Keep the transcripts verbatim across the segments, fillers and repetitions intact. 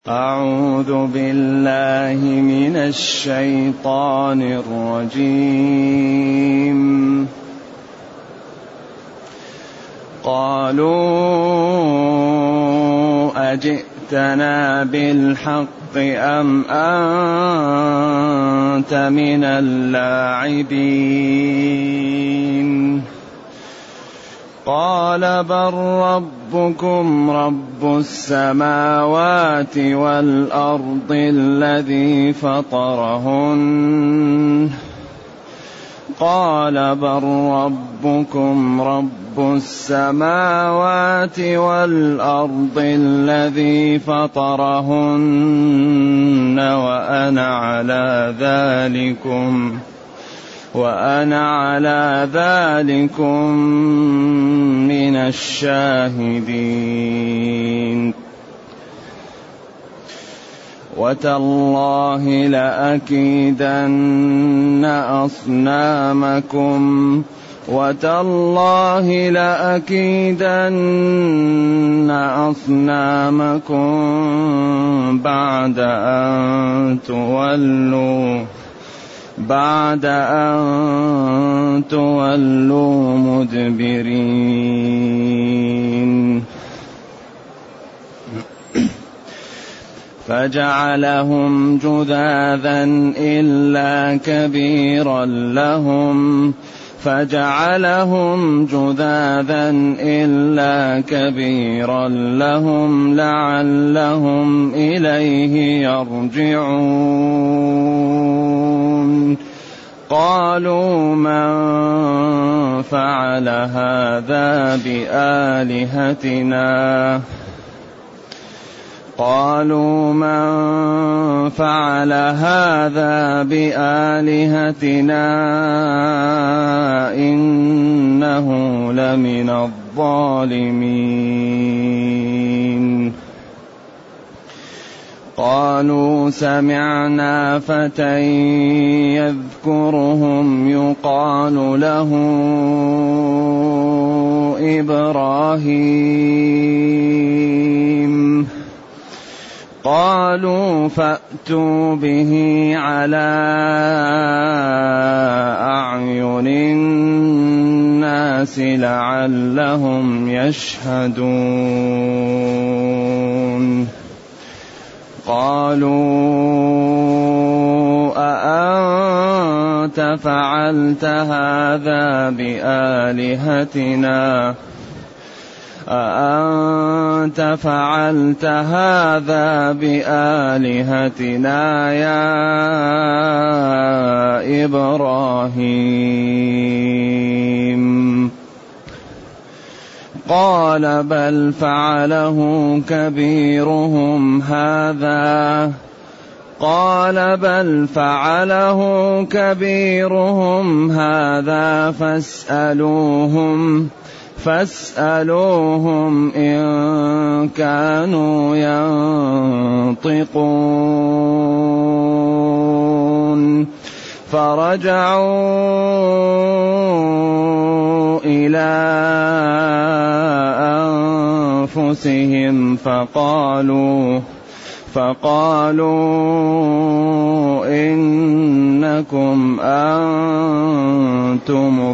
أعوذ بالله من الشيطان الرجيم. قالوا أجئتنا بالحق أم أنت من اللاعبين؟ قال بل ربكم رب السماوات والأرض الذي فطرهن قال بل ربكم رب السماوات والأرض الذي فطرهن وأنا على ذلكم وأنا على ذلكم من الشاهدين. وتالله لأكيدن أصنامكم وتالله لأكيدن أصنامكم بعد أن تولوا بعد أن تولوا مدبرين. فجعلهم جذاذا إلا كبيرا لهم فجعلهم جذاذا إلا كبيرا لهم لعلهم إليه يرجعون. قالوا من فعل هذا بآلهتنا قالوا من فعل هذا بآلهتنا إنه لمن الظالمين. قالوا سمعنا فتى يذكرهم يقال له إبراهيم قالوا فأتوا به على أعين الناس لعلهم يشهدون. قالوا أأنت فعلت هذا بآلهتنا أأنت فعلت هذا بآلهتنا يا إبراهيم؟ قال بل فعله كبيرهم هذا قال بل فعله كبيرهم هذا فاسألوهم فاسألوهم إن كانوا ينطقون. فرجعوا إلى أنفسهم فقالوا فقالوا إنكم أنتم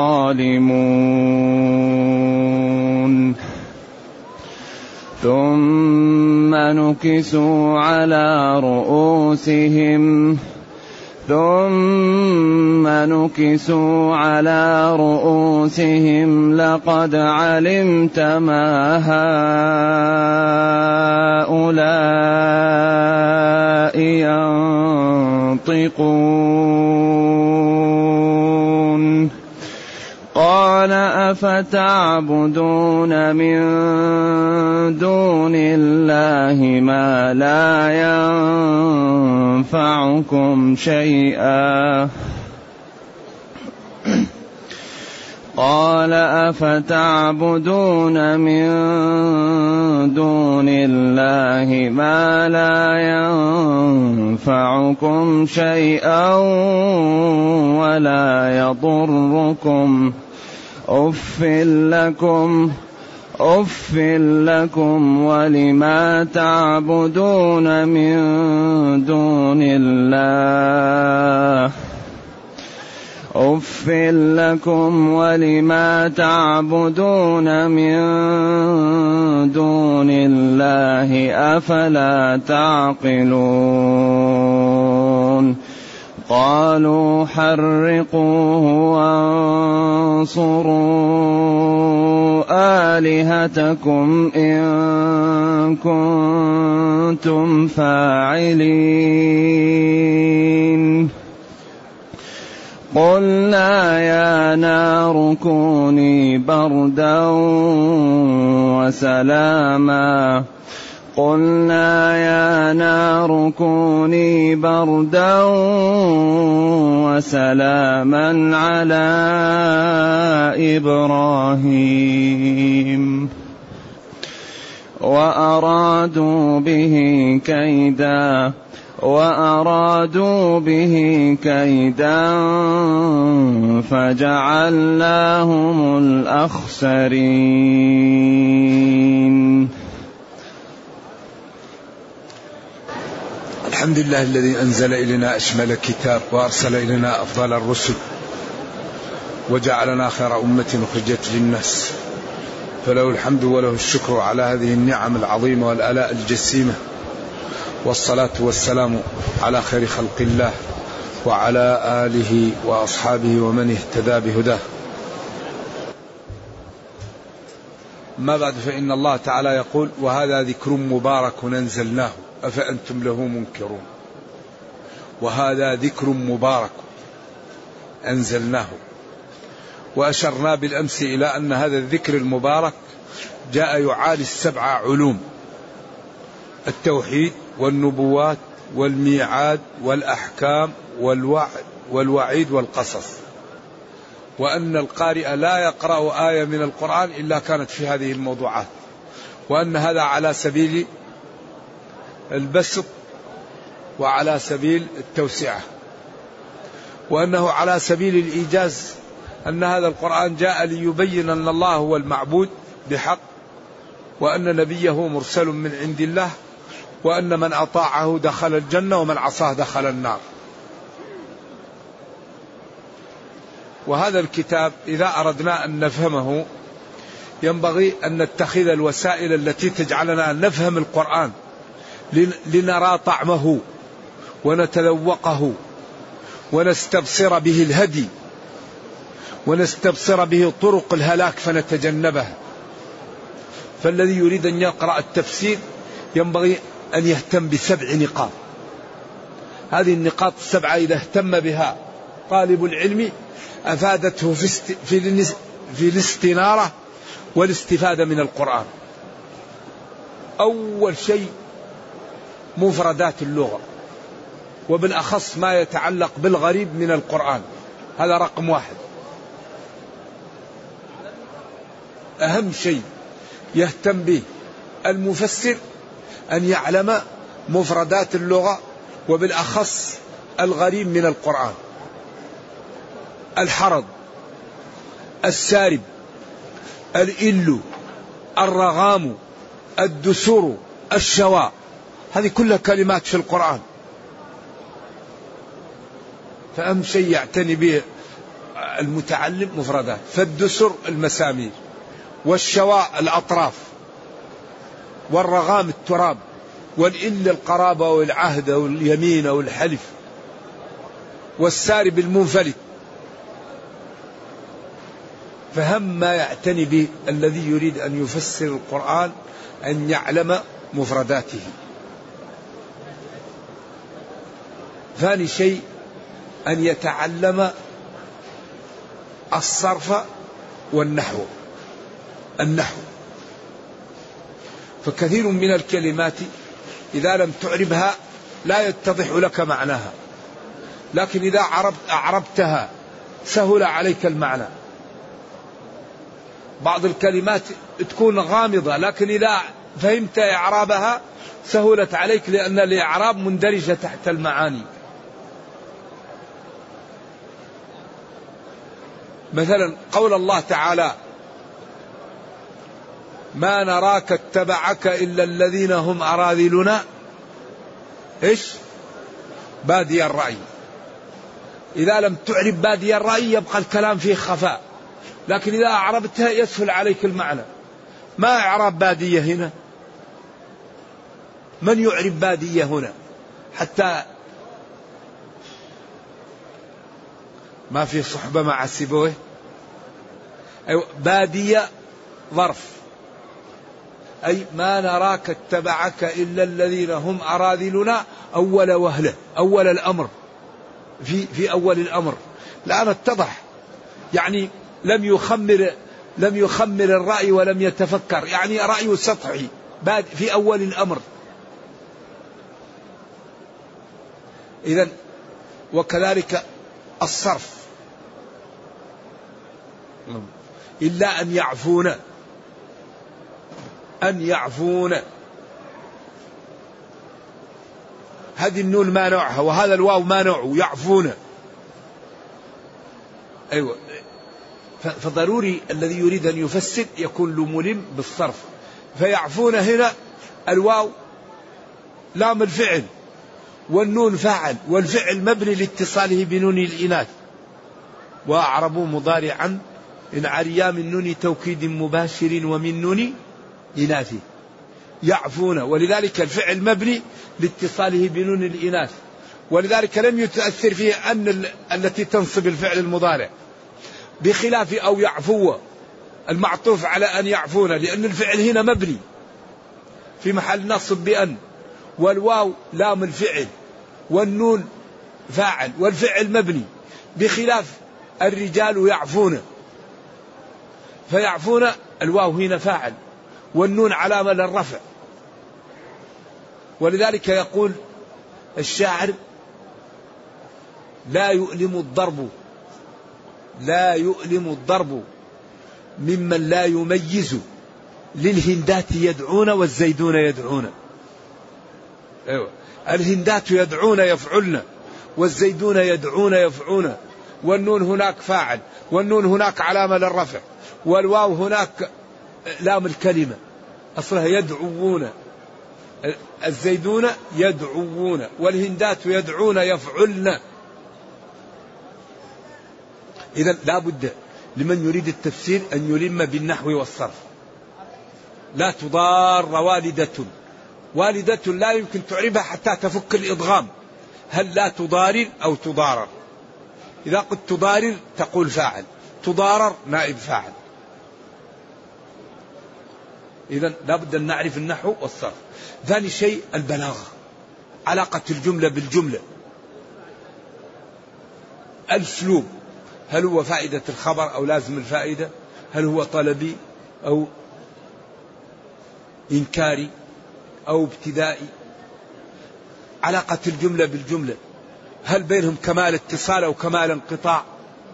الظالمون. ثم نكسوا على رؤوسهم ثم نكسوا على رؤوسهم لقد علمت ما هؤلاء ينطقون. قال أفتعبدون من دون الله ما لا ينفعكم شيئا قال أفتعبدون من دون الله ما لا ينفعكم شيئا ولا يضركم أف لكم أف لكم ولما تعبدون من دون الله أف لكم ولما تعبدون من دون الله أفلا تعقلون قالوا حرقوه وانصروا آلهتكم إن كنتم فاعلين قلنا يا نار كوني بردا وسلاما قلنا يا نار كوني بردا وسلاما على إبراهيم وأرادوا به كيدا وأرادوا به كيدا فجعلناهم الأخسرين. الحمد لله الذي أنزل إلينا أشمل كتاب وأرسل إلينا أفضل الرسل وجعلنا خير أمة أخرجت للناس، فله الحمد وله الشكر على هذه النعم العظيمة والآلاء الجسيمة، والصلاة والسلام على خير خلق الله وعلى آله وأصحابه ومن اهتدى بهداه. ما بعد، فإن الله تعالى يقول: وهذا ذكر مبارك أنزلناه أفأنتم له منكرون. وهذا ذكر مبارك أنزلناه، وأشرنا بالأمس إلى أن هذا الذكر المبارك جاء يعالي السبع علوم: التوحيد والنبوات والميعاد والأحكام والوعد والوعيد والقصص، وأن القارئ لا يقرأ آية من القرآن إلا كانت في هذه الموضوعات، وأن هذا على سبيل البسط وعلى سبيل التوسعة، وأنه على سبيل الإيجاز، أن هذا القرآن جاء ليبين أن الله هو المعبود بحق، وأن نبيه مرسل من عند الله، وأن من أطاعه دخل الجنة ومن عصاه دخل النار. وهذا الكتاب إذا أردنا أن نفهمه ينبغي أن نتخذ الوسائل التي تجعلنا نفهم القرآن، لنرى طعمه ونتذوقه ونستبصر به الهدي ونستبصر به طرق الهلاك فنتجنبها. فالذي يريد أن يقرأ التفسير ينبغي أن يهتم بسبع نقاط. هذه النقاط السبعة إذا اهتم بها طالب العلم أفادته في, است... في, في الاستنارة والاستفادة من القرآن. أول شيء مفردات اللغة، وبالأخص ما يتعلق بالغريب من القرآن، هذا رقم واحد. أهم شيء يهتم به المفسر أن يعلم مفردات اللغة، وبالأخص الغريب من القرآن: الحرض، السارب، الإل، الرغام، الدسور، الشواء، هذه كلها كلمات في القرآن. فأهم شيء يعتني به المتعلم مفردات. فالدسر المسامير، والشواء الأطراف، والرغام التراب، والإل القرابة والعهد واليمين والحلف، والسارب المنفلت. فهم ما يعتني به الذي يريد أن يفسر القرآن أن يعلم مفرداته. ثاني شيء أن يتعلم الصرف والنحو. النحو، فكثير من الكلمات إذا لم تعربها لا يتضح لك معناها، لكن إذا عربت أعربتها سهل عليك المعنى. بعض الكلمات تكون غامضة، لكن إذا فهمت إعرابها سهلت عليك، لأن الإعراب مندرجة تحت المعاني. مثلا قول الله تعالى: ما نراك اتبعك إلا الذين هم أراذلنا إيش بادي الرأي. إذا لم تعرب بادي الرأي يبقى الكلام فيه خفاء، لكن إذا أعربتها يسهل عليك المعنى. ما إعراب بادية هنا؟ من يعرب بادية هنا؟ حتى ما في صحبة مع سيبويه. أيوة بادية ظرف، أي ما نراك اتبعك إلا الذين هم أراذلنا أول وهلة، أول الأمر، في في أول الأمر. الآن اتضح، يعني لم يخمر لم يخمر الرأي ولم يتفكر، يعني رأي سطحي باد في أول الأمر. إذن وكذلك الصرف، إلا أن يعفون، أن يعفون، هذه النون ما نوعها وهذا الواو ما نوعه، يعفون. أيوة، فضروري الذي يريد أن يفسر يكون له ملم بالصرف. فيعفون هنا الواو لام الفعل والنون فاعل، والفعل مبني لاتصاله بنون الإناث. وأعربوا مضارعا إن عريا من نون توكيد مباشر ومن نون إناثه يعفون، ولذلك الفعل مبني لاتصاله بنون الإناث، ولذلك لم يتأثر فيه أن التي تنصب الفعل المضارع، بخلاف أو يعفو المعطوف على أن يعفون، لأن الفعل هنا مبني في محل نصب بأن، والواو لام الفعل والنون فاعل والفعل مبني، بخلاف الرجال يعفون، فيعفون الواو هنا فاعل والنون علامة للرفع. ولذلك يقول الشاعر لا يؤلم الضرب، لا يؤلم الضرب ممن لا يميز، للهندات يدعون والزيدون يدعون. أيوة. الهندات يدعون يفعلن والزيدون يدعون يفعون، والنون هناك فاعل والنون هناك علامة للرفع، والواو هناك لام الكلمة أصلها يدعوون، الزيدون يدعوون والهندات يدعون يفعلن. إذن لا بد لمن يريد التفسير أن يلم بالنحو والصرف. لا تضار والدة، والدة لا يمكن تعربها حتى تفك الإضغام، هل لا تضارر أو تضارر؟ إذا قلت تضارر تقول فاعل، تضارر نائب فاعل. إذن لا بد أن نعرف النحو والصرف. ثاني شيء البلاغة، علاقة الجملة بالجملة. الأسلوب، هل هو فائدة الخبر أو لازم الفائدة؟ هل هو طلبي أو إنكاري أو ابتدائي؟ علاقة الجملة بالجملة، هل بينهم كمال اتصال أو كمال انقطاع؟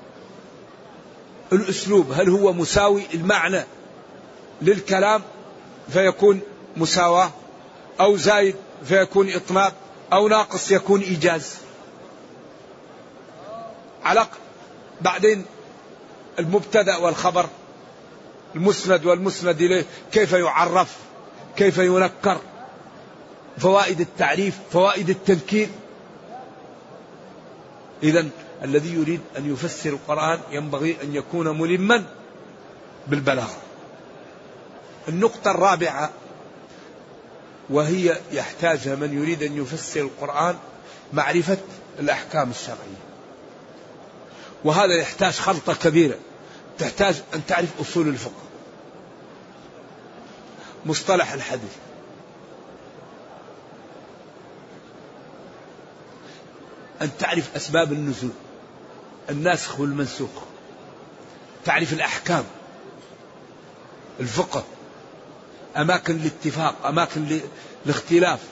الأسلوب، هل هو مساوي المعنى للكلام فيكون مساواة، أو زايد فيكون إطناب، أو ناقص يكون إيجاز. علاقة. بعدين المبتدأ والخبر، المسند والمسند إليه، كيف يعرف، كيف ينكر، فوائد التعريف، فوائد التذكير. إذن الذي يريد أن يفسر القرآن ينبغي أن يكون ملما بالبلاغة. النقطة الرابعة وهي يحتاجها من يريد أن يفسر القرآن، معرفة الأحكام الشرعية. وهذا يحتاج خلطة كبيرة، تحتاج أن تعرف أصول الفقه، مصطلح الحديث، أن تعرف أسباب النزول، الناسخ والمنسوخ، تعرف الأحكام، الفقه، أماكن الاتفاق، أماكن الاختلاف،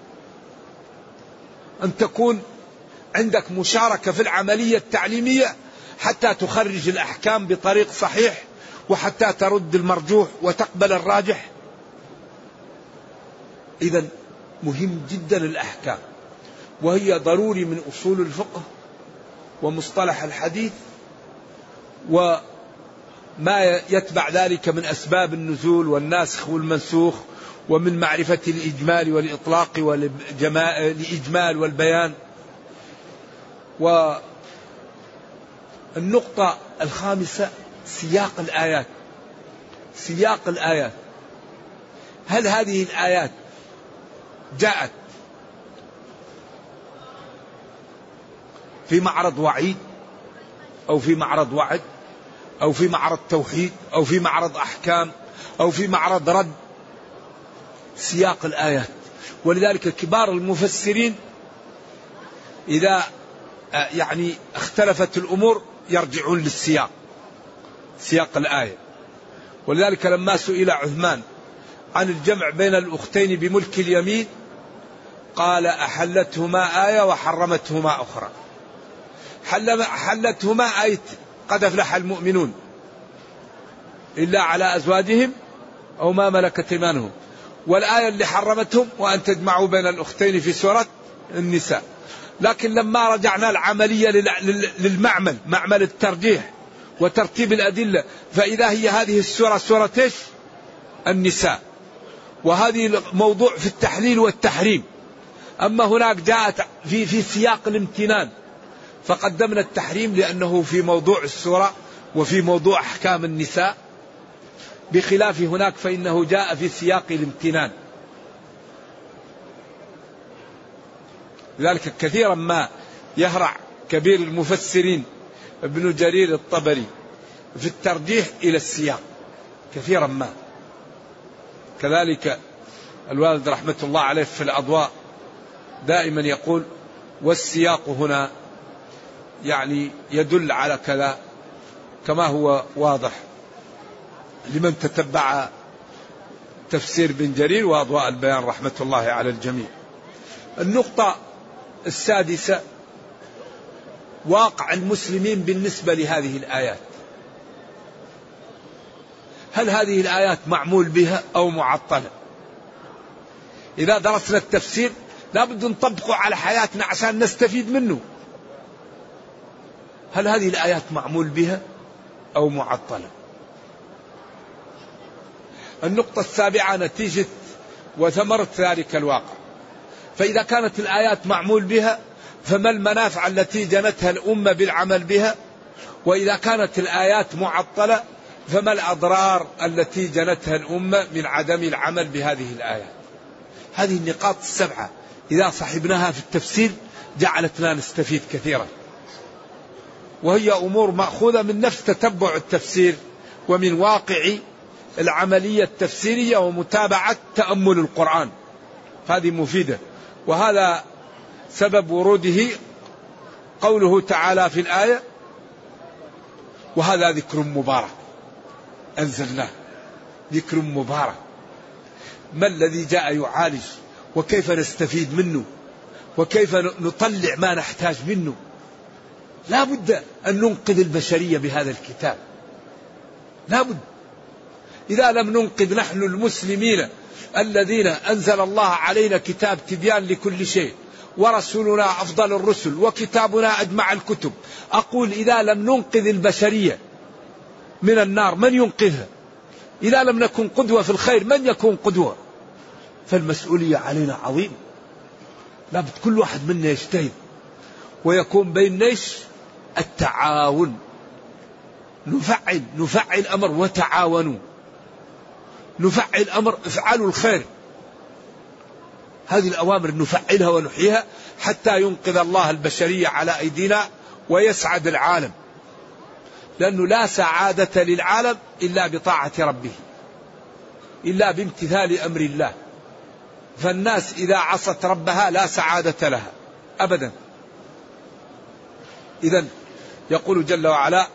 أن تكون عندك مشاركة في العملية التعليمية حتى تخرج الأحكام بطريق صحيح، وحتى ترد المرجوح وتقبل الراجح. إذن مهم جدا الأحكام، وهي ضروري من أصول الفقه ومصطلح الحديث ما يتبع ذلك من أسباب النزول والناسخ والمنسوخ، ومن معرفة الإجمال والإطلاق والإجمال والبيان. والنقطة الخامسة سياق الآيات. سياق الآيات، هل هذه الآيات جاءت في معرض وعيد أو في معرض وعد أو في معرض توحيد أو في معرض أحكام أو في معرض رد؟ سياق الآيات. ولذلك كبار المفسرين إذا يعني اختلفت الأمور يرجعون للسياق، سياق الآية. ولذلك لما سئل عثمان عن الجمع بين الأختين بملك اليمين قال أحلتهما آية وحرمتهما أخرى. حلتهما آية قد أفلح المؤمنون إلا على أزواجهم أو ما ملكت أيمانهم، والآية اللي حرمتهم وأن تجمعوا بين الأختين في سورة النساء. لكن لما رجعنا العملية للمعمل، معمل الترجيح وترتيب الأدلة، فإذا هي هذه السورة سورة إيش؟ النساء، وهذه موضوع في التحليل والتحريم. أما هناك جاءت في في سياق الامتنان فقدمنا التحريم لأنه في موضوع السورة وفي موضوع أحكام النساء، بخلاف هناك فإنه جاء في سياق الامتنان. لذلك كثيرا ما يهرع كبير المفسرين ابن جرير الطبري في الترجيح إلى السياق كثيرا ما. كذلك الوالد رحمة الله عليه في الأضواء دائما يقول والسياق هنا يعني يدل على كذا، كما هو واضح لمن تتبع تفسير بن جرير وأضواء البيان رحمة الله على الجميع. النقطة السادسة واقع المسلمين بالنسبة لهذه الآيات. هل هذه الآيات معمول بها أو معطلة؟ إذا درسنا التفسير لابد نطبقه على حياتنا عشان نستفيد منه. هل هذه الآيات معمول بها أو معطلة؟ النقطة السابعة نتيجة وثمرة ذلك الواقع. فإذا كانت الآيات معمول بها فما المنافع التي جنتها الأمة بالعمل بها؟ وإذا كانت الآيات معطلة فما الأضرار التي جنتها الأمة من عدم العمل بهذه الآيات؟ هذه النقاط السبعة إذا صحبناها في التفسير جعلتنا نستفيد كثيرا، وهي أمور مأخوذة من نفس تتبع التفسير ومن واقع العملية التفسيرية ومتابعة تأمل القرآن. هذه مفيدة، وهذا سبب وروده قوله تعالى في الآية وهذا ذكر مبارك أنزلناه. ذكر مبارك، ما الذي جاء يعالج وكيف نستفيد منه وكيف نطلع ما نحتاج منه. لا بد أن ننقذ البشرية بهذا الكتاب، لا بد. إذا لم ننقذ نحن المسلمين الذين أنزل الله علينا كتاب تبيان لكل شيء ورسولنا أفضل الرسل وكتابنا أجمع الكتب، أقول إذا لم ننقذ البشرية من النار من ينقذها؟ إذا لم نكن قدوة في الخير من يكون قدوة؟ فالمسؤولية علينا عظيمة. لابد كل واحد منا يجتهد ويكون بيننا التعاون. نفعل نفعل أمر وتعاونوا، نفعل أمر افعلوا الخير. هذه الأوامر نفعلها ونحييها حتى ينقذ الله البشرية على أيدينا ويسعد العالم، لأنه لا سعادة للعالم إلا بطاعة ربه، إلا بامتثال أمر الله. فالناس إذا عصت ربها لا سعادة لها أبدا. إذن يقول جل وعلا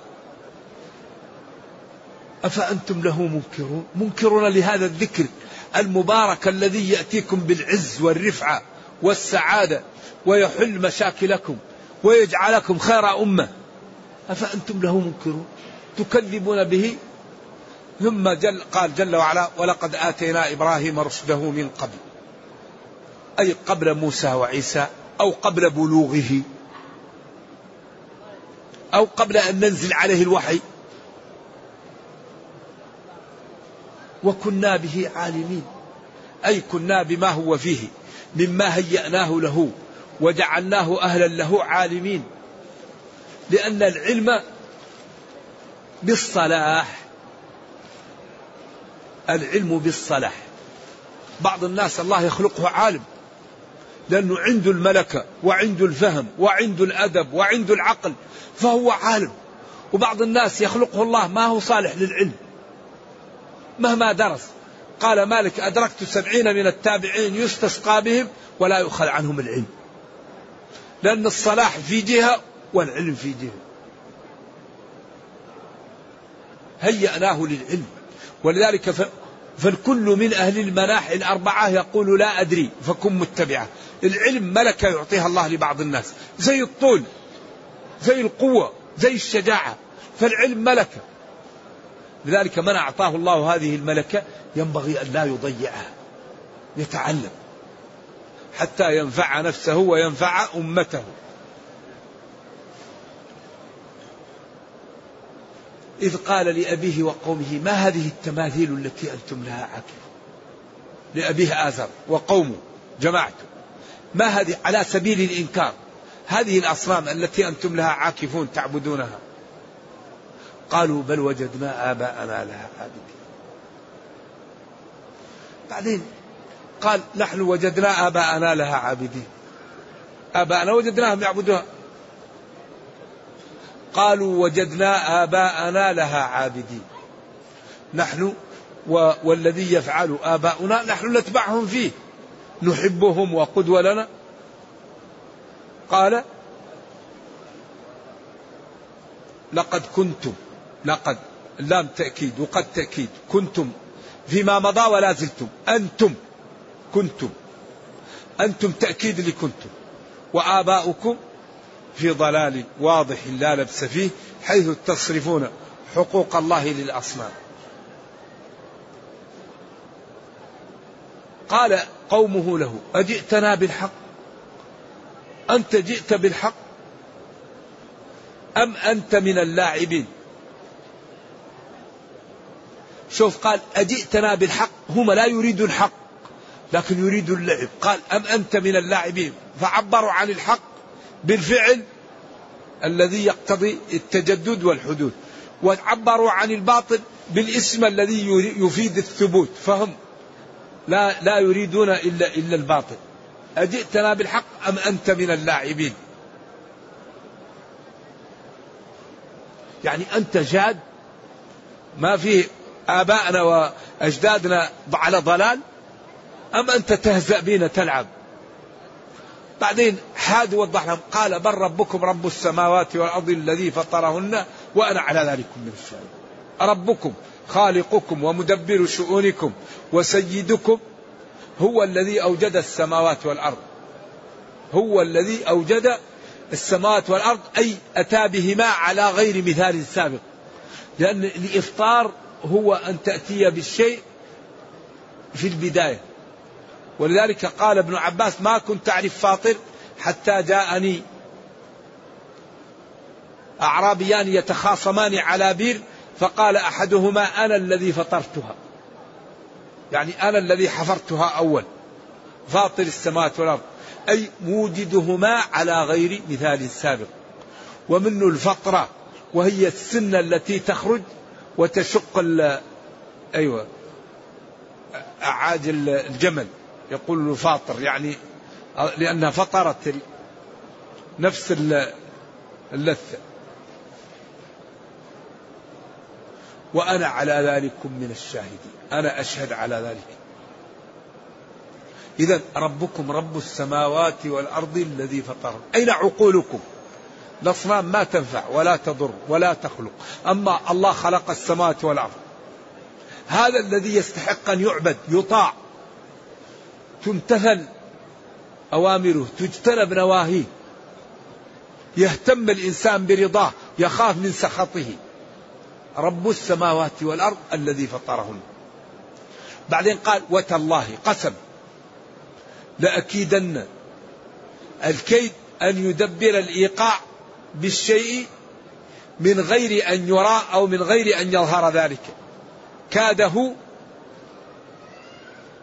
أفأنتم له منكرون، منكرون لهذا الذكر المبارك الذي يأتيكم بالعز والرفعة والسعادة ويحل مشاكلكم ويجعلكم خير أمة. أفأنتم له منكرون، تكذبون به. ثم جل قال جل وعلا ولقد آتينا إبراهيم رشده من قبل، أي قبل موسى وعيسى، أو قبل بلوغه، أو قبل أن ننزل عليه الوحي. وكنا به عالمين، أي كنا بما هو فيه مما هيأناه له وجعلناه أهلا له عالمين. لأن العلم بالصلاح، العلم بالصلاح. بعض الناس الله يخلقه عالم لأنه عنده الملكة وعنده الفهم وعنده الأدب وعنده العقل فهو عالم، وبعض الناس يخلقه الله ما هو صالح للعلم مهما درس. قال مالك أدركت سبعين من التابعين يستسقى بهم ولا يؤخذ عنهم العلم، لأن الصلاح في جهة والعلم في جهة. هيأناه للعلم، ولذلك ف... فالكل من أهل المناحي الأربعة يقول لا أدري فكن متبعة. العلم ملكة يعطيها الله لبعض الناس، زي الطول زي القوة زي الشجاعة، فالعلم ملكة. لذلك من أعطاه الله هذه الملكة ينبغي أن لا يضيعها، يتعلم حتى ينفع نفسه وينفع أمته. إذ قال لأبيه وقومه ما هذه التماثيل التي أنتم لها عاكفون. لأبيه آزر وقومه جماعته، ما هذه على سبيل الإنكار، هذه الأصنام التي أنتم لها عاكفون تعبدونها. قالوا بل وجدنا آباءنا لها عابدين. بعدين قال نحن وجدنا آباءنا لها عابدين، آباءنا وجدناهم يعبدوها. قالوا وجدنا آباءنا لها عابدين، نحن و... والذي يفعل آباؤنا نحن نتبعهم فيه، نحبهم وقدوة لنا. قال لقد كنتم، لقد اللام تأكيد وقد تأكيد، كنتم فيما مضى ولا زلتم، أنتم كنتم، أنتم تأكيد لكنتم، وآباؤكم في ضلال واضح لا لبس فيه، حيث تصرفون حقوق الله للأصنام. قال قومه له أجئتنا بالحق، أنت جئت بالحق أم أنت من اللاعبين. شوف قال أجئتنا بالحق، هم لا يريدوا الحق لكن يريدوا اللعب. قال أم أنت من اللاعبين، فعبروا عن الحق بالفعل الذي يقتضي التجدد والحدوث، وعبروا عن الباطل بالاسم الذي يفيد الثبوت، فهم لا لا يريدون إلا إلا الباطل. أجئتنا بالحق أم أنت من اللاعبين، يعني أنت جاد ما فيه آبائنا وأجدادنا على ضلال، أم أنت تهزأ بنا تلعب. بعدين حاد وضح لهم قال بل ربكم رب السماوات والأرض الذي فطرهن وأنا على ذلك من الشاهدين. ربكم خالقكم ومدبر شؤونكم وسيدكم هو الذي أوجد السماوات والأرض، هو الذي أوجد السماوات والأرض، أي أتى بهما على غير مثال سابق. لأن الإفطار هو أن تأتي بالشيء في البداية، ولذلك قال ابن عباس ما كنت أعرف فاطر حتى جاءني أعرابيان يتخاصمان على بير فقال أحدهما أنا الذي فطرتها، يعني أنا الذي حفرتها أول، فاطر السماوات والأرض أي موجدهما على غير مثال سابق. ومنه الفطرة وهي السنة التي تخرج وتشق أيوة أعاج الجمل، يقول له فاطر يعني لأنها فطرت نفس اللثة. وأنا على ذلك من الشاهدين، أنا أشهد على ذلك. إذن ربكم رب السماوات والأرض الذي فطرهم. أين عقولكم؟ الأصنام ما تنفع ولا تضر ولا تخلق، أما الله خلق السماوات والأرض، هذا الذي يستحق أن يعبد، يطاع، تمتثل أوامره، تجتنب نواهيه، يهتم الإنسان برضاه، يخاف من سخطه. رب السماوات والأرض الذي فطرهن. بعدين قال وتالله قسم لأكيدن. الكيد أن يدبر الإيقاع بالشيء من غير أن يرى أو من غير أن يظهر ذلك. كاده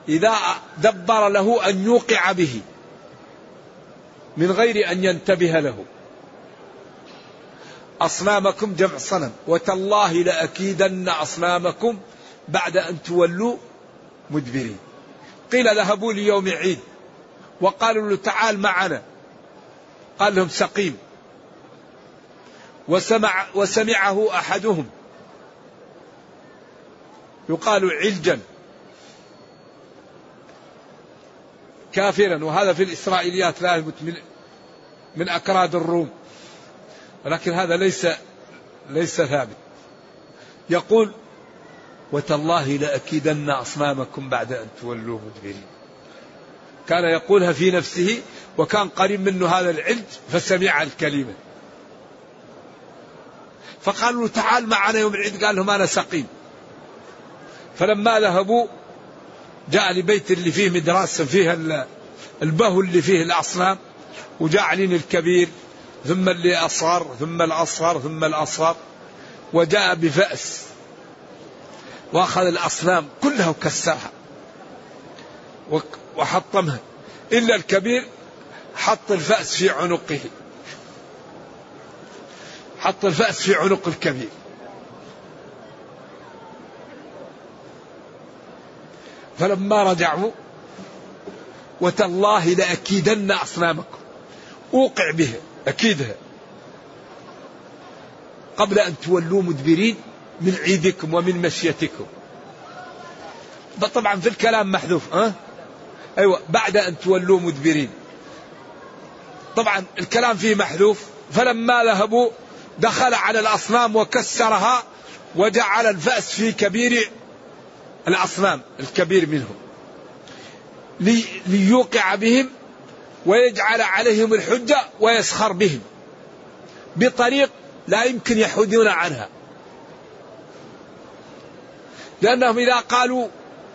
إذا دبر له أن يوقع به من غير أن ينتبه له. أصنامكم جمع صنم، وتالله لأكيدن أصنامكم بعد أن تولوا مدبرين. قيل ذهبوا ليوم عيد وقالوا له تعال معنا، قال لهم سقيم. وسمع وسمعه أحدهم يقال علجا كافرا، وهذا في الإسرائيليات لا يثبت من من أكراد الروم، ولكن هذا ليس ليس ثابت. يقول وتالله لأكيدن أصنامكم بعد أن تولوا مدبرين. كان يقولها في نفسه وكان قريب منه هذا العلج فسمع الكلمة، فقالوا له تعال معنا يوم العيد، قال لهم أنا سقيم. فلما ذهبوا جاء لبيت اللي فيه مدرسة فيه البهو اللي فيه الأصنام، وجعلين الكبير ثم اللي أصغر ثم الأصغر ثم الأصغر، وجاء بفأس وأخذ الأصنام كلها وكسرها وحطمها، إلا الكبير حط الفأس في عنقه، حط الفأس في عنق الكبير. فلما رجعوا وتالله لأكيدن أصنامكم، أوقع بها أكيدها قبل أن تولوا مدبرين من عيدكم ومن مشيتكم. طبعا في الكلام محذوف أه؟ أيوة بعد أن تولوا مدبرين، طبعا الكلام فيه محذوف. فلما ذهبوا دخل على الأصنام وكسرها وجعل الفأس في كبير الأصنام الكبير منهم لي ليوقع بهم ويجعل عليهم الحجة ويسخر بهم بطريق لا يمكن يحودون عنها، لأنهم إذا قالوا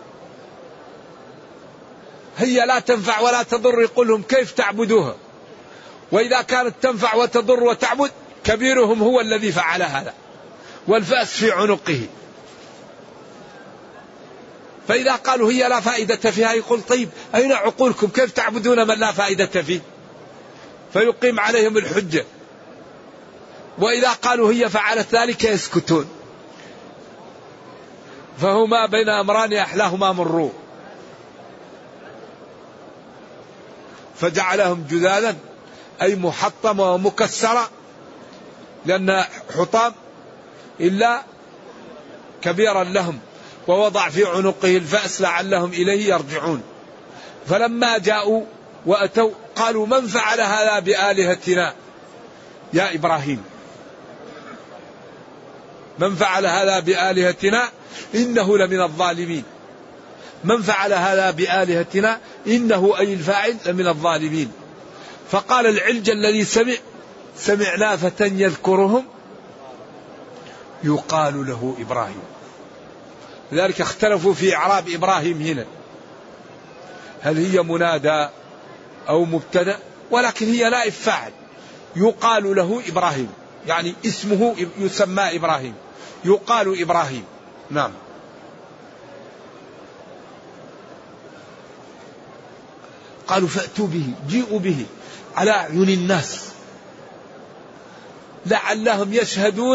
هي لا تنفع ولا تضر يقول لهم كيف تعبدوها، وإذا كانت تنفع وتضر وتعبد كبيرهم هو الذي فعل هذا والفأس في عنقه. فإذا قالوا هي لا فائدة فيها يقول طيب أين عقولكم، كيف تعبدون من لا فائدة فيه، فيقيم عليهم الحجة. وإذا قالوا هي فعلت ذلك يسكتون. فهما بين أمران أحلاهما مروا، فجعلهم جذاذا أي محطمة ومكسرة، لأن حطام إلا كبيرا لهم، ووضع في عنقه الفأس لعلهم إليه يرجعون. فلما جاءوا وأتوا قالوا من فعل هذا بآلهتنا يا إبراهيم، من فعل هذا بآلهتنا إنه لمن الظالمين، من فعل هذا بآلهتنا إنه أي الفاعل لمن الظالمين. فقال العلج الذي سمع سمعنا فتى يذكرهم يقال له إبراهيم. لذلك اختلفوا في إعراب إبراهيم هنا، هل هي منادى أو مبتدأ، ولكن هي نائب فاعل، يقال له إبراهيم يعني اسمه يسمى إبراهيم، يقال إبراهيم. نعم. قالوا فأتوا به، جيئوا به على أعين الناس لعلهم يشهدون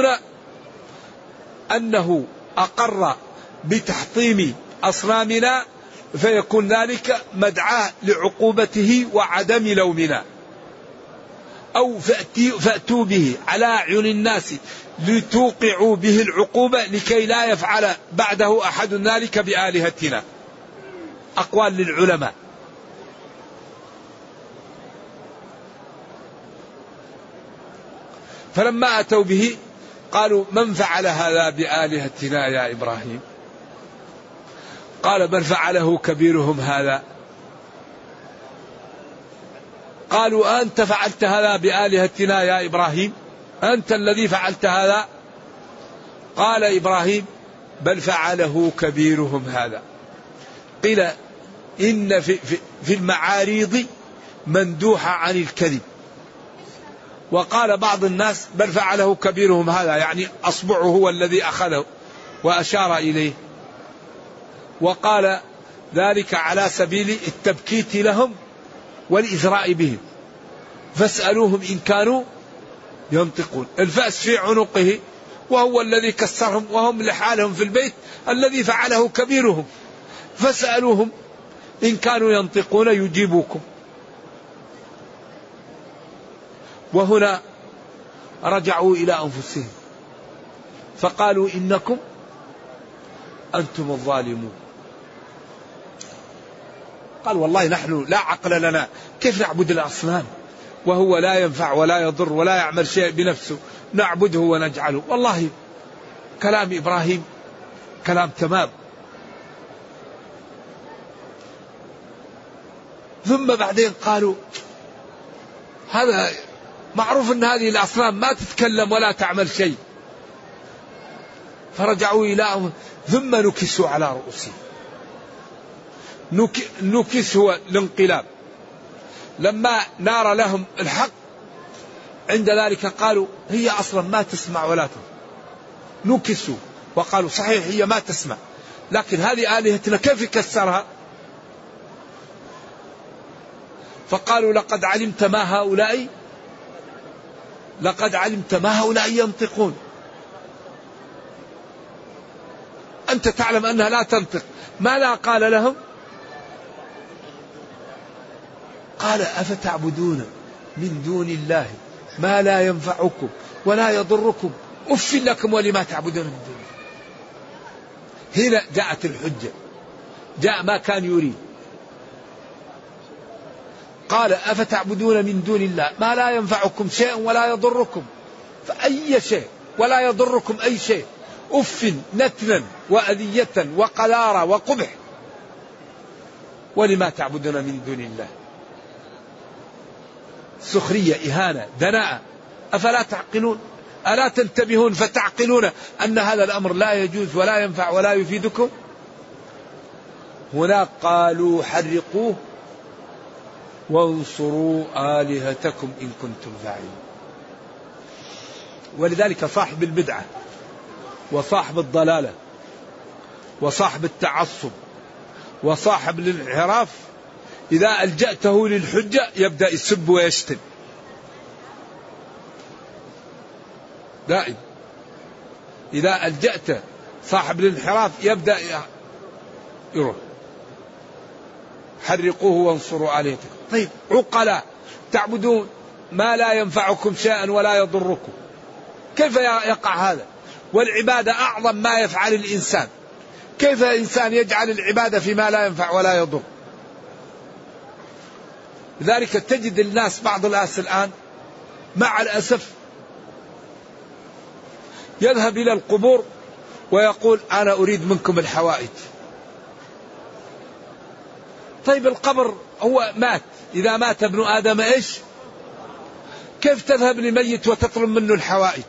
أنه أقر بتحطيم أصنامنا، فيكون ذلك مدعاة لعقوبته وعدم لومنا. أو فأتوا به على أعين الناس لتوقعوا به العقوبة لكي لا يفعل بعده أحد ذلك بآلهتنا. أقوال للعلماء. فلما أتوا به قالوا من فعل هذا بآلهتنا يا إبراهيم، قال بل فعله كبيرهم هذا. قالوا أنت فعلت هذا بآلهتنا يا إبراهيم، أنت الذي فعلت هذا؟ قال إبراهيم بل فعله كبيرهم هذا. قيل إن في, في, في المعاريض مندوحة عن الكذب، وقال بعض الناس بل فعله كبيرهم هذا يعني أصبعه هو الذي أخذه وأشار إليه. وقال ذلك على سبيل التبكيت لهم والإزراء بهم، فاسألوهم إن كانوا ينطقون. الفأس في عنقه وهو الذي كسرهم وهم لحالهم في البيت الذي فعله كبيرهم، فاسألوهم إن كانوا ينطقون يجيبوكم. وهنا رجعوا إلى أنفسهم فقالوا إنكم أنتم الظالمون. قال والله نحن لا عقل لنا، كيف نعبد الأصنام وهو لا ينفع ولا يضر ولا يعمل شيء بنفسه، نعبده ونجعله. والله كلام إبراهيم كلام تمام. ثم بعدين قالوا هذا معروف أن هذه الأصنام ما تتكلم ولا تعمل شيء. فرجعوا إلى ثم نكسوا على رؤوسهم. نكس هو الانقلاب. لما نار لهم الحق عند ذلك قالوا هي أصلا ما تسمع ولا تنطق. نكسوا وقالوا صحيح هي ما تسمع، لكن هذه آلهتنا كيف يكسرها؟ فقالوا لقد علمت ما هؤلاء لقد علمت ما هؤلاء ينطقون، أنت تعلم أنها لا تنطق. ماذا قال لهم؟ قال أفتعبدون من دون الله ما لا ينفعكم ولا يضركم أف لكم ولما تعبدون من دون الله. هنا جاءت الحجة، جاء ما كان يريد. قال أفتعبدون من دون الله ما لا ينفعكم شيء ولا يضركم، فأي شيء ولا يضركم أي شيء، أف نتنا وأذية وقذارة وقبح، ولما تعبدون من دون الله. سخرية، إهانة، دناءة. أفلا تعقلون؟ ألا تنتبهون فتعقلون أن هذا الأمر لا يجوز ولا ينفع ولا يفيدكم؟ هنا قالوا حرقوه وانصروا آلهتكم إن كنتم فاعلين. ولذلك صاحب البدعة وصاحب الضلالة وصاحب التعصب وصاحب الانحراف إذا ألجأته للحجة يبدأ يسب ويشتم دائم. إذا ألجأت صاحب الانحراف يبدأ يروح. حرقوه وانصروا آلهتكم. طيب عقلاء تعبدون ما لا ينفعكم شيئا ولا يضركم، كيف يقع هذا؟ والعبادة أعظم ما يفعل الإنسان، كيف الإنسان يجعل العبادة فيما لا ينفع ولا يضر؟ لذلك تجد الناس بعض الناس الآن مع الأسف يذهب إلى القبور ويقول أنا أريد منكم الحوائج. طيب القبر هو مات، إذا مات ابن آدم إيش؟ كيف تذهب لميت وتطلب منه الحوائج؟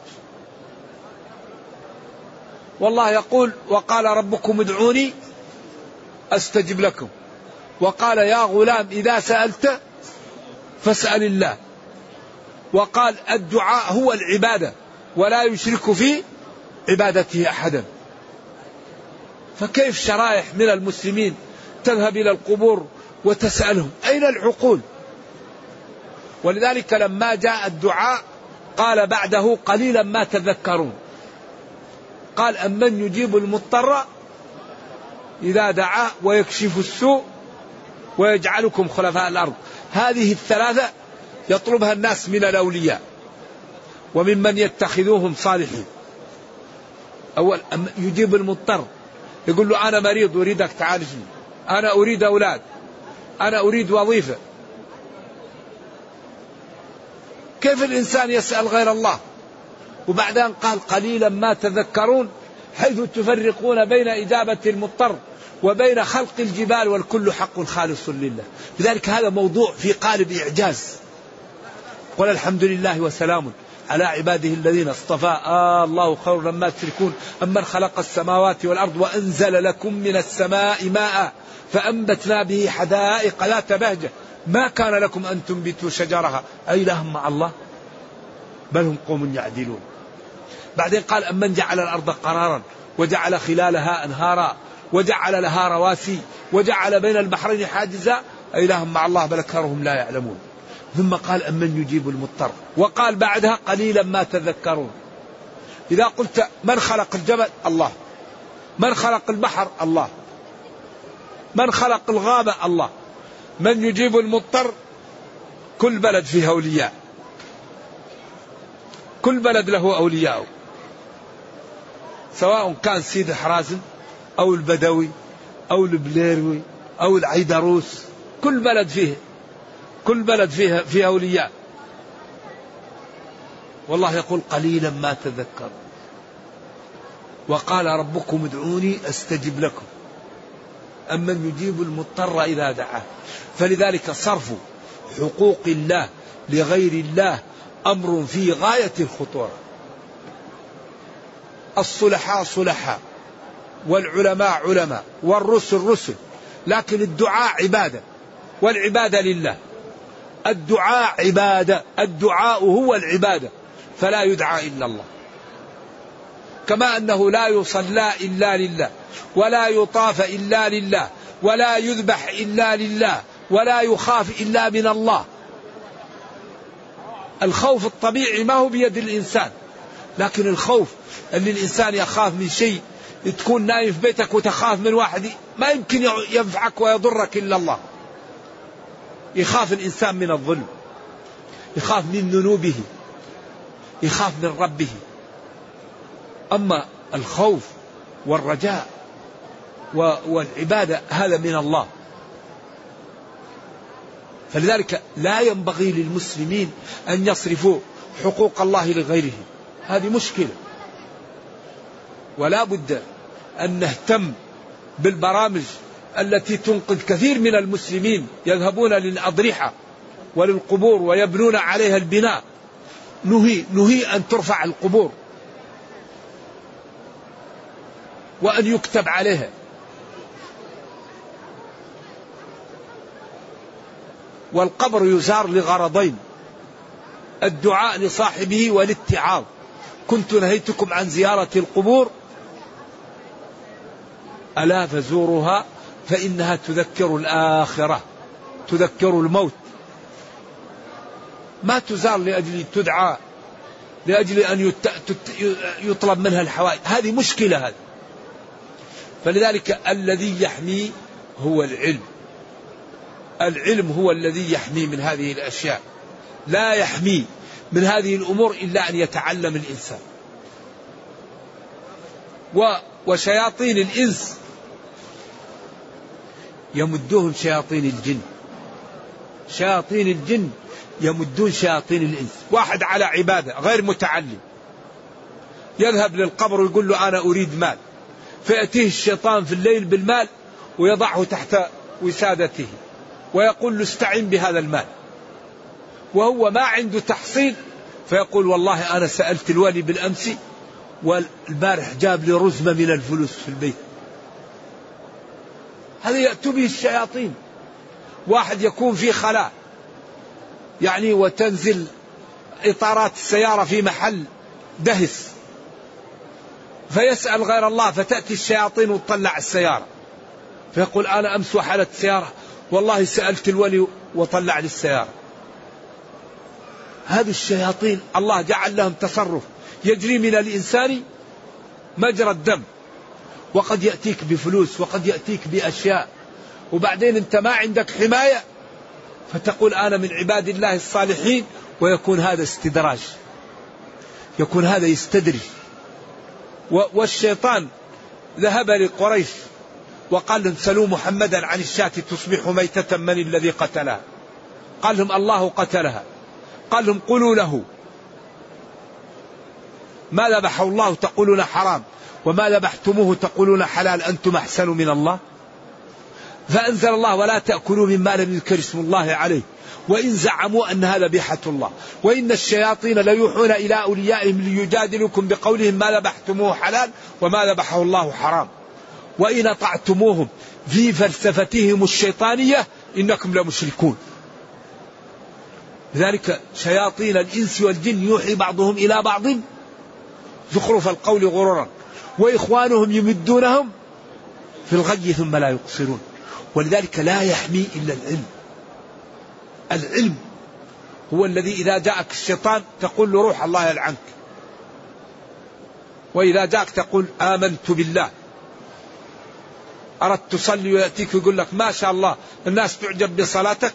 والله يقول وقال ربكم ادعوني أستجب لكم، وقال يا غلام إذا سألت فاسأل الله، وقال الدعاء هو العبادة ولا يشرك في عبادته أحدا. فكيف شرائح من المسلمين تذهب إلى القبور وتسألهم؟ أين العقول؟ ولذلك لما جاء الدعاء قال بعده قليلا ما تذكرون. قال أمن يجيب المضطر إذا دعا ويكشف السوء ويجعلكم خلفاء الأرض. هذه الثلاثة يطلبها الناس من الأولياء وممن يتخذوهم صالحين. أول يجيب المضطر، يقول له أنا مريض أريدك تعالجني، أنا أريد أولاد، أنا أريد وظيفة. كيف الإنسان يسأل غير الله؟ وبعدين قال قليلا ما تذكرون، حيث تفرقون بين إجابة المضطر وبين خلق الجبال والكل حق خالص لله. لذلك هذا موضوع في قالب إعجاز. قل الحمد لله وسلام على عباده الذين اصطفى آه الله خير مما تشركون أمن خلق السماوات والأرض وأنزل لكم من السماء ماء فأنبتنا به حدائق ذات بهجة ما كان لكم أن تنبتوا شجرها أإله مع الله بل هم قوم يعدلون. بعدين قال أمن جعل الأرض قرارا وجعل خلالها أنهارا وجعل لها رواسي وجعل بين البحرين حاجزا إله مع الله بل أكثرهم لا يعلمون. ثم قال أمن يجيب المضطر، وقال بعدها قليلا ما تذكرون. إذا قلت من خلق الجبل؟ الله. من خلق البحر؟ الله. من خلق الغابة؟ الله. من يجيب المضطر؟ كل بلد فيه أولياء، كل بلد له أولياء، سواء كان سيد حرازم أو البدوي أو البليروي أو العيدروس، كل بلد فيه كل بلد فيه فيه أولياء. والله يقول قليلا ما تذكر. وقال ربكم ادعوني أستجب لكم أمن يجيب المضطر إذا دعاه. فلذلك صرف حقوق الله لغير الله أمر في غاية الخطورة. الصلحاء صلحاء، والعلماء علماء، والرسل رسل، لكن الدعاء عبادة، والعبادة لله. الدعاء عبادة، الدعاء هو العبادة، فلا يدعى إلا الله. كما أنه لا يصلى إلا لله، ولا يطاف إلا لله، ولا يذبح إلا لله، ولا يخاف إلا من الله. الخوف الطبيعي ما هو بيد الإنسان، لكن الخوف اللي الإنسان يخاف من شيء، تكون نايم في بيتك وتخاف من واحد ما يمكن ينفعك ويضرك إلا الله. يخاف الإنسان من الظلم، يخاف من ذنوبه، يخاف من ربه. أما الخوف والرجاء والعبادة هذا من الله. فلذلك لا ينبغي للمسلمين أن يصرفوا حقوق الله لغيره، هذه مشكلة. ولا بد أن نهتم بالبرامج التي تنقذ كثير من المسلمين يذهبون للأضرحة وللقبور ويبنون عليها البناء. نهي, نهي أن ترفع القبور وأن يكتب عليها. والقبر يزار لغرضين: الدعاء لصاحبه والاتعاظ. كنت نهيتكم عن زيارة القبور ألا فزورها فإنها تذكر الآخرة، تذكر الموت. ما تزار لأجل تدعى، لأجل أن يطلب منها الحوائج، هذه مشكلة هذه. فلذلك الذي يحمي هو العلم. العلم هو الذي يحمي من هذه الأشياء. لا يحمي من هذه الأمور إلا أن يتعلم الإنسان. وشياطين الإنس يمدوهم شياطين الجن، شياطين الجن يمدون شياطين الإنس. واحد على عبادة غير متعلم يذهب للقبر ويقول له أنا أريد مال، فيأتيه الشيطان في الليل بالمال ويضعه تحت وسادته ويقول له استعن بهذا المال، وهو ما عنده تحصيل، فيقول والله أنا سألت الولي بالأمس والبارح جاب لي رزمة من الفلوس في البيت. هذا يأتي به الشياطين. واحد يكون في خلاء يعني وتنزل إطارات السيارة في محل دهس، فيسأل غير الله، فتأتي الشياطين وتطلع السيارة، فيقول أنا أمس وحلت السيارة والله سألت الولي وطلع لي السيارة. هذه الشياطين الله جعل لهم تصرف يجري من الإنسان مجرى الدم، وقد يأتيك بفلوس وقد يأتيك بأشياء، وبعدين أنت ما عندك حماية فتقول أنا من عباد الله الصالحين، ويكون هذا استدراج، يكون هذا يستدرج. والشيطان ذهب لقريش وقال لهم سلوا محمدا عن الشاة تصبح ميتة من الذي قتلها؟ قال لهم الله قتلها. قال لهم قولوا له ما ذبحه الله تقولون حرام، وما ذبحتموه تقولون حلال، أنتم أحسن من الله. فأنزل الله ولا تأكلوا مما لم يذكر اسم الله عليه وإن زعموا أن هذا ذبيحة الله وإن الشياطين ليوحون إلى أوليائهم ليجادلوكم بقولهم ما ذبحتموه حلال وما ذبحه الله حرام وإن أطعتموهم في فلسفتهم الشيطانية إنكم لمشركون. لذلك شياطين الإنس والجن يوحي بعضهم إلى بعض زخرف القول غرورا وإخوانهم يمدونهم في الغي ثم لا يقصرون. ولذلك لا يحمي إلا العلم. العلم هو الذي إذا جاءك الشيطان تقول له روح الله يلعنك، وإذا جاءك تقول آمنت بالله. أردت تصلي ويأتيك يقول لك ما شاء الله الناس تعجب بصلاتك،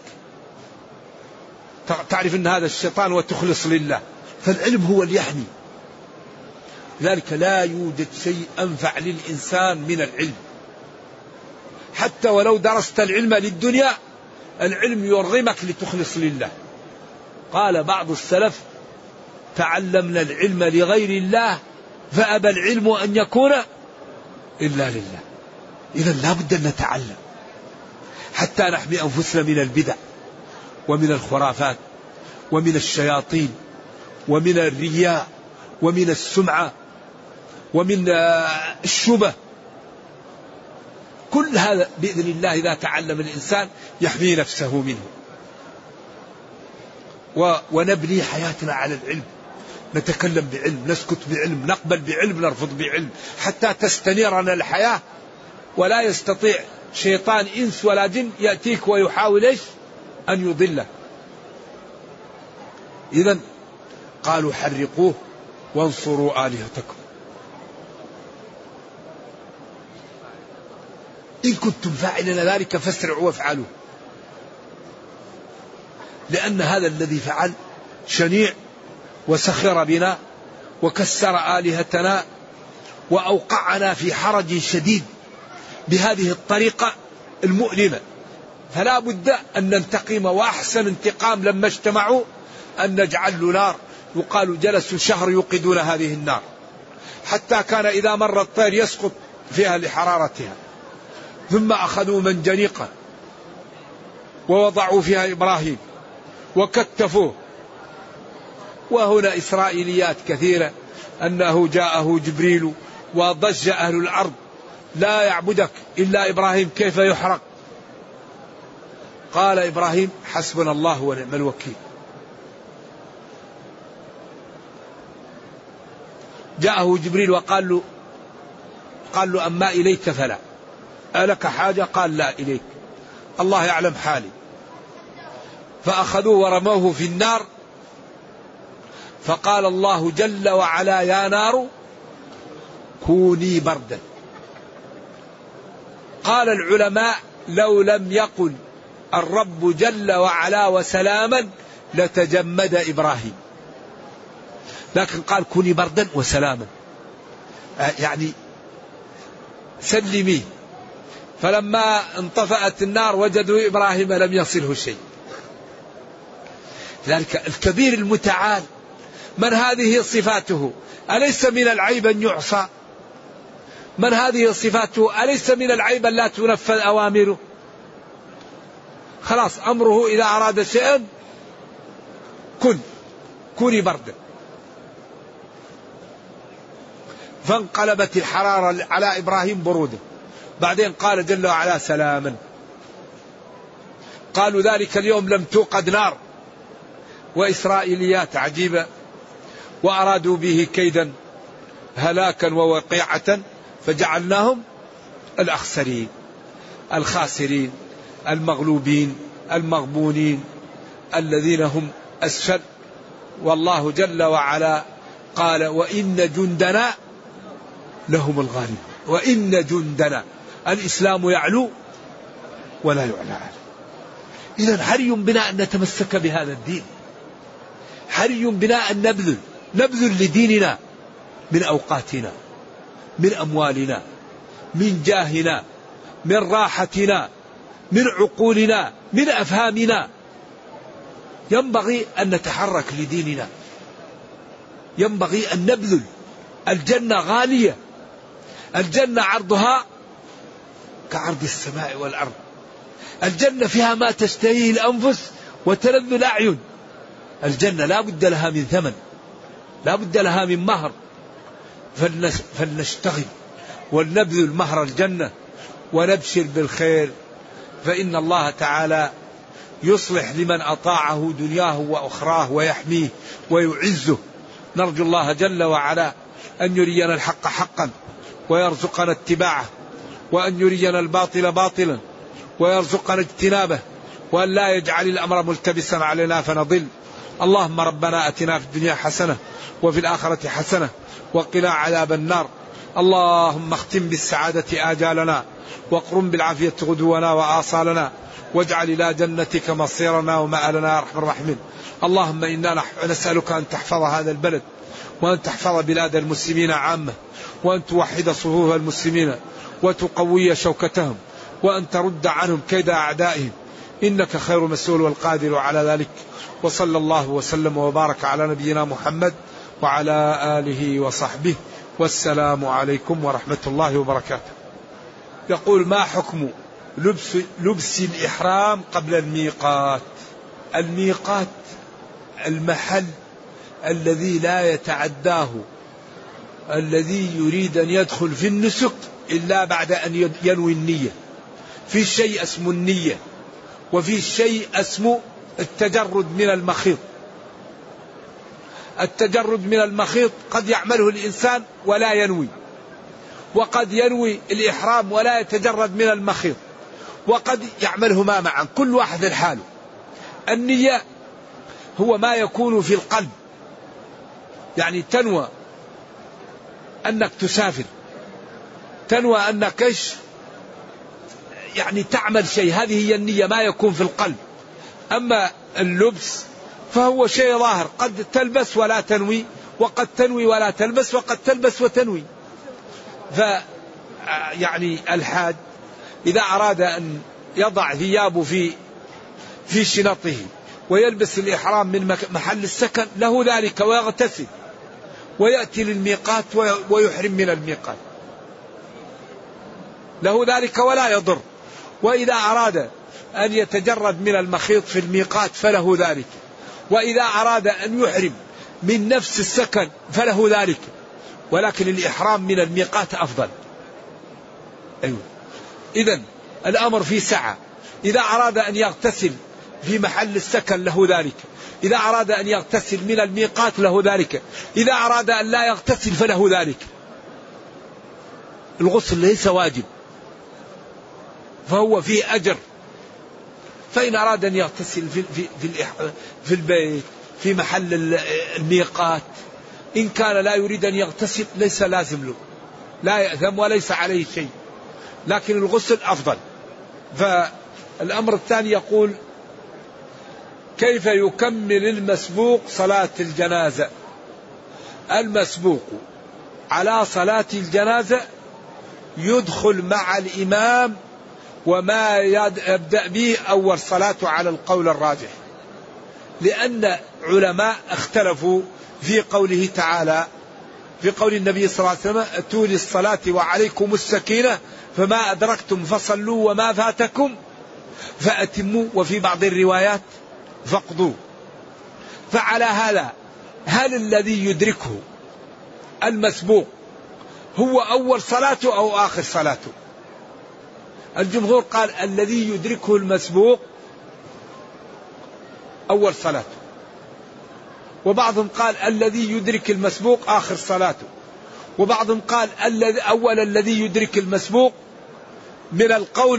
تعرف أن هذا الشيطان وتخلص لله. فالعلم هو اللي يحمي. لذلك لا يوجد شيء أنفع للإنسان من العلم، حتى ولو درست العلم للدنيا العلم يرغمك لتخلص لله. قال بعض السلف تعلمنا العلم لغير الله فأبى العلم أن يكون إلا لله. إذن لا بد أن نتعلم حتى نحمي أنفسنا من البدع ومن الخرافات ومن الشياطين ومن الرياء ومن السمعة ومن الشبه. كل هذا بإذن الله إذا تعلم الإنسان يحمي نفسه منه. ونبني حياتنا على العلم، نتكلم بعلم، نسكت بعلم، نقبل بعلم، نرفض بعلم، حتى تستنيرنا الحياة ولا يستطيع شيطان إنس ولا جن يأتيك ويحاول إيش أن يضله. إذن قالوا حرقوه وانصروا آلهتكم إن كنتم فاعلين ذلك فاسرعوا وافعلوا، لأن هذا الذي فعل شنيع وسخر بنا وكسر آلهتنا وأوقعنا في حرج شديد بهذه الطريقة المؤلمة. فلا بد أن ننتقم، وأحسن انتقام لما اجتمعوا أن نجعل له نار يقال جلسوا شهر يوقدون هذه النار، حتى كان إذا مر الطير يسقط فيها لحرارتها. ثم أخذوا منجنيقا ووضعوا فيها إبراهيم وكتفوه. وهنا إسرائيليات كثيرة أنه جاءه جبريل وضج أهل الأرض لا يعبدك إلا إبراهيم كيف يحرق. قال إبراهيم حسبنا الله ونعم الوكيل. جاءه جبريل وقال له قال له أما إليك فلا، ألك حاجة؟ قال لا إليك، الله يعلم حالي. فأخذوه ورموه في النار، فقال الله جل وعلا يا نار كوني بردا. قال العلماء لو لم يقل الرب جل وعلا وسلاما لتجمد إبراهيم، لكن قال كوني بردا وسلاما، يعني سلمي. فلما انطفأت النار وجدوا إبراهيم لم يصله شيء. ذلك الكبير المتعال من هذه صفاته أليس من العيب أن يعصى؟ من هذه صفاته أليس من العيب أن لا تنفذ أوامره؟ خلاص أمره إذا أراد شيئا كن كوني بردا. فانقلبت الحرارة على إبراهيم برودة. بعدين قال جل وعلا سلاما. قالوا ذلك اليوم لم توقد نار. وإسرائيليات عجيبة، وأرادوا به كيدا هلاكا ووقيعة فجعلناهم الأخسرين الخاسرين المغلوبين المغبونين الذين هم أسفل. والله جل وعلا قال وإن جندنا لهم الغالب. وإن جندنا، الإسلام يعلو ولا يعلى عليه. إذن حري بنا أن نتمسك بهذا الدين، حري بنا أن نبذل نبذل لديننا من أوقاتنا، من أموالنا، من جاهنا، من راحتنا، من عقولنا، من أفهامنا. ينبغي أن نتحرك لديننا، ينبغي أن نبذل. الجنة غالية، الجنة عرضها كعرض السماء والأرض. الجنة فيها ما تشتهيه الأنفس وتلذ الأعين. الجنة لا بد لها من ثمن، لا بد لها من مهر. فلنشتغل ولنبذل مهر الجنة ونبشر بالخير، فإن الله تعالى يصلح لمن أطاعه دنياه وأخراه ويحميه ويعزه. نرجو الله جل وعلا أن يرينا الحق حقا ويرزقنا اتباعه، وأن يرينا الباطل باطلا ويرزقنا اجتنابه، وأن لا يجعل الأمر ملتبسا علينا فنضل. اللهم ربنا أتنا في الدنيا حسنة وفي الآخرة حسنة وقنا عذاب النار. اللهم اختم بالسعادة آجالنا واقرم بالعافية غدونا وآصالنا، واجعل إلى جنتك مصيرنا ومآلنا يا أرحم الراحمين. اللهم إنا نسألك أن تحفظ هذا البلد، وأن تحفظ بلاد المسلمين عامة، وأن توحد صفوف المسلمين وتقوي شوكتهم، وأن ترد عنهم كيد أعدائهم، إنك خير مسؤول والقادر على ذلك. وصلى الله وسلم وبارك على نبينا محمد وعلى آله وصحبه، والسلام عليكم ورحمة الله وبركاته. يقول: ما حكم لبس, لبس الإحرام قبل الميقات؟ الميقات المحل الذي لا يتعداه الذي يريد أن يدخل في النسك إلا بعد أن ينوي النية. في شيء اسمه النية، وفي شيء اسمه التجرد من المخيط. التجرد من المخيط قد يعمله الإنسان ولا ينوي، وقد ينوي الإحرام ولا يتجرد من المخيط، وقد يعملهما معا، كل واحد الحال. النية هو ما يكون في القلب، يعني تنوى أنك تسافر، تنوى أنك إيش يعني تعمل شيء، هذه هي النية، ما يكون في القلب. أما اللبس فهو شيء ظاهر، قد تلبس ولا تنوي، وقد تنوي ولا تلبس، وقد تلبس وتنوي. ف يعني الحاج إذا أراد أن يضع ثيابه في في شنطه ويلبس الإحرام من محل السكن له ذلك، ويغتسل ويأتي للميقات ويحرم من الميقات، له ذلك ولا يضر. وإذا أراد أن يتجرد من المخيط في الميقات فله ذلك، وإذا أراد أن يحرم من نفس السكن فله ذلك، ولكن الإحرام من الميقات أفضل. أيوة. إذن الأمر في سعة. إذا أراد أن يغتسل في محل السكن له ذلك، إذا أراد أن يغتسل من الميقات له ذلك، إذا أراد أن لا يغتسل فله ذلك. الغسل ليس واجب، فهو فيه أجر. فإن أراد أن يغتسل في, في, في, في البيت في محل الميقات، إن كان لا يريد أن يغتسل ليس لازم له، لا يأثم وليس عليه شيء، لكن الغسل أفضل. فالأمر الثاني يقول: كيف يكمل المسبوق صلاة الجنازة؟ المسبوق على صلاة الجنازة يدخل مع الإمام وما يبدأ به أول صلاة على القول الراجح، لأن علماء اختلفوا في قوله تعالى، في قول النبي صلى الله عليه وسلم: أتوا للصلاة وعليكم السكينة فما أدركتم فصلوا وما فاتكم فأتموا، وفي بعض الروايات فاقضوا. فعلى هذا هل الذي يدركه المسبوق هو أول صلاته أو آخر صلاته؟ الجمهور قال الذي يدركه المسبوق أول صلاته، وبعضهم قال الذي يدرك المسبوق آخر صلاته، وبعضهم قال الذي أول الذي يدرك المسبوق من القول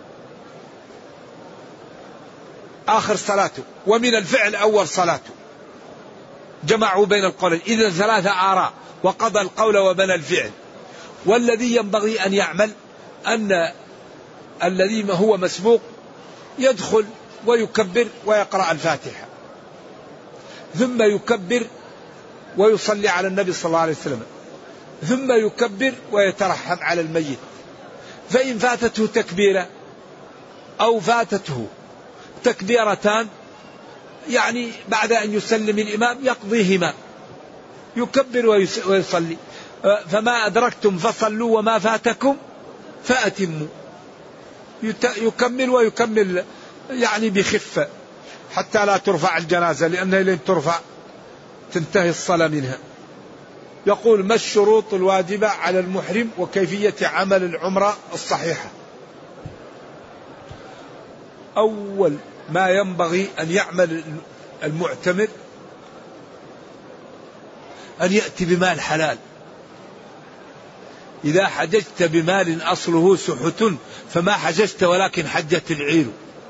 آخر صلاته، ومن الفعل أول صلاته. جمعوا بين القولين، إذا ثلاثة آراء، وقضى القول وبنى الفعل. والذي ينبغي أن يعمل أن الذي هو مسبوق يدخل ويكبر ويقرأ الفاتحة، ثم يكبر ويصلي على النبي صلى الله عليه وسلم، ثم يكبر ويترحم على الميت. فإن فاتته تكبيرة أو فاتته تكبيرتان، يعني بعد أن يسلم الإمام يقضيهما، يكبر ويصلي. فما أدركتم فصلوا وما فاتكم فأتموا. يكمل ويكمل يعني بخفة حتى لا ترفع الجنازة، لأنها لن ترفع تنتهي الصلاة منها. يقول: ما الشروط الواجبة على المحرم وكيفية عمل العمرة الصحيحة؟ أول ما ينبغي أن يعمل المعتمر أن يأتي بمال حلال، إذا حججت بمال أصله سحت فما حججت ولكن حجت العير.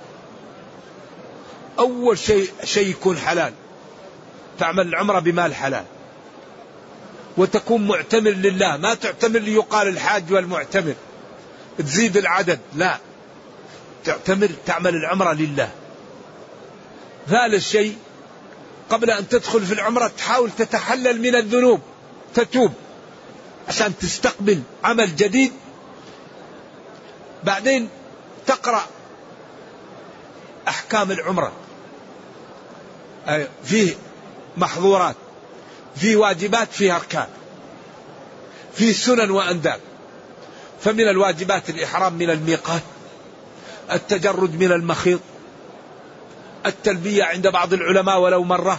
أول شيء شيء يكون حلال، تعمل العمرة بمال حلال وتكون معتمر لله، ما تعتمر ليقال الحاج والمعتمر تزيد العدد، لا، تعتمر تعمل العمرة لله. ثالث شيء قبل أن تدخل في العمرة تحاول تتحلل من الذنوب، تتوب عشان تستقبل عمل جديد. بعدين تقرأ أحكام العمرة، فيه محظورات، فيه واجبات، فيه أركان، فيه سنن وأنداب. فمن الواجبات الإحرام من الميقات، التجرد من المخيط، التلبية عند بعض العلماء ولو مرة،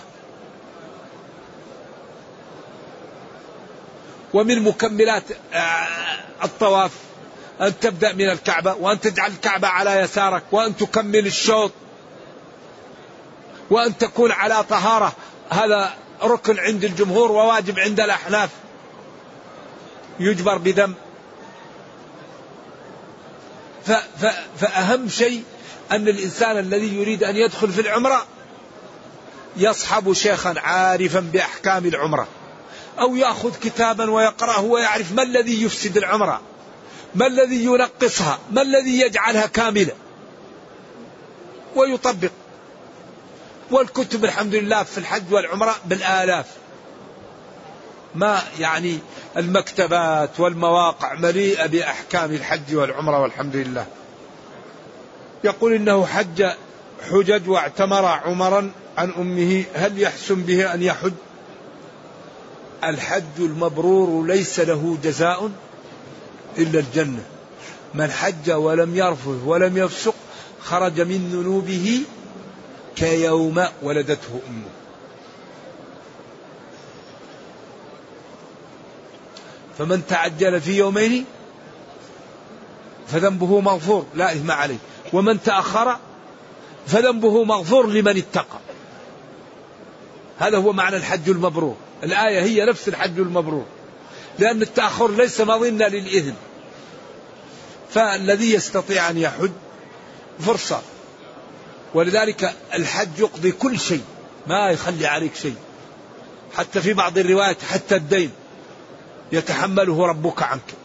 ومن مكملات الطواف أن تبدأ من الكعبة وأن تجعل الكعبة على يسارك وأن تكمل الشوط وأن تكون على طهارة، هذا ركن عند الجمهور وواجب عند الأحناف يجبر بدم. فأهم شيء أن الإنسان الذي يريد أن يدخل في العمرة يصحب شيخا عارفا بأحكام العمرة، أو يأخذ كتابا ويقرأه ويعرف ما الذي يفسد العمرة، ما الذي ينقصها، ما الذي يجعلها كاملة، ويطبق. والكتب الحمد لله في الحج والعمرة بالآلاف، ما يعني المكتبات والمواقع مليئة بأحكام الحج والعمرة والحمد لله. يقول إنه حج حجج واعتمر عمرا عن أمه، هل يحسن به أن يحج؟ الحج المبرور ليس له جزاء إلا الجنة. من حج ولم يرفث ولم يفسق خرج من ذنوبه كيوم ولدته أمه. فمن تعجل في يومين فذنبه مغفور لا إثم عليه، ومن تأخر فذنبه مغفور لمن اتقى. هذا هو معنى الحج المبرور. الآية هي نفس الحج المبرور، لأن التأخر ليس مظنة للإذن. فالذي يستطيع أن يحج فرصة، ولذلك الحج يقضي كل شيء، ما يخلي عليك شيء، حتى في بعض الروايات حتى الدين يتحمله ربك عنك.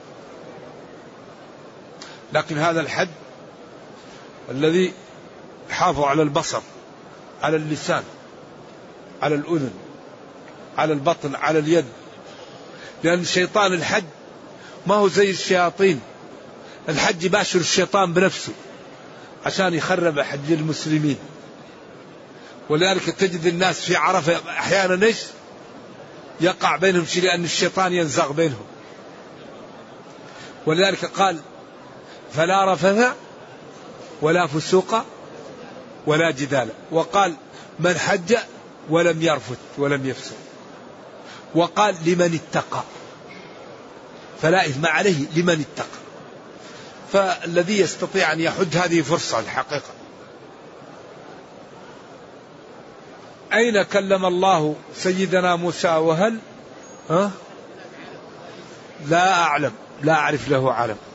لكن هذا الحج الذي حافظ على البصر، على اللسان، على الأذن، على البطن، على اليد، لأن شيطان الحج ما هو زي الشياطين. الحج يباشر الشيطان بنفسه عشان يخرب حج المسلمين. ولذلك تجد الناس في عرفة أحيانا إيش يقع بينهم شيء، لأن الشيطان ينزغ بينهم. ولذلك قال فلا رفث ولا فسوق ولا جدال، وقال من حج ولم يرفث ولم يفسق، وقال لمن اتقى، فلا إثم عليه لمن اتقى. فالذي يستطيع أن يحج هذه فرصة الحقيقة. أين كلم الله سيدنا موسى وهل؟ ها؟ لا أعلم، لا أعرف له علم.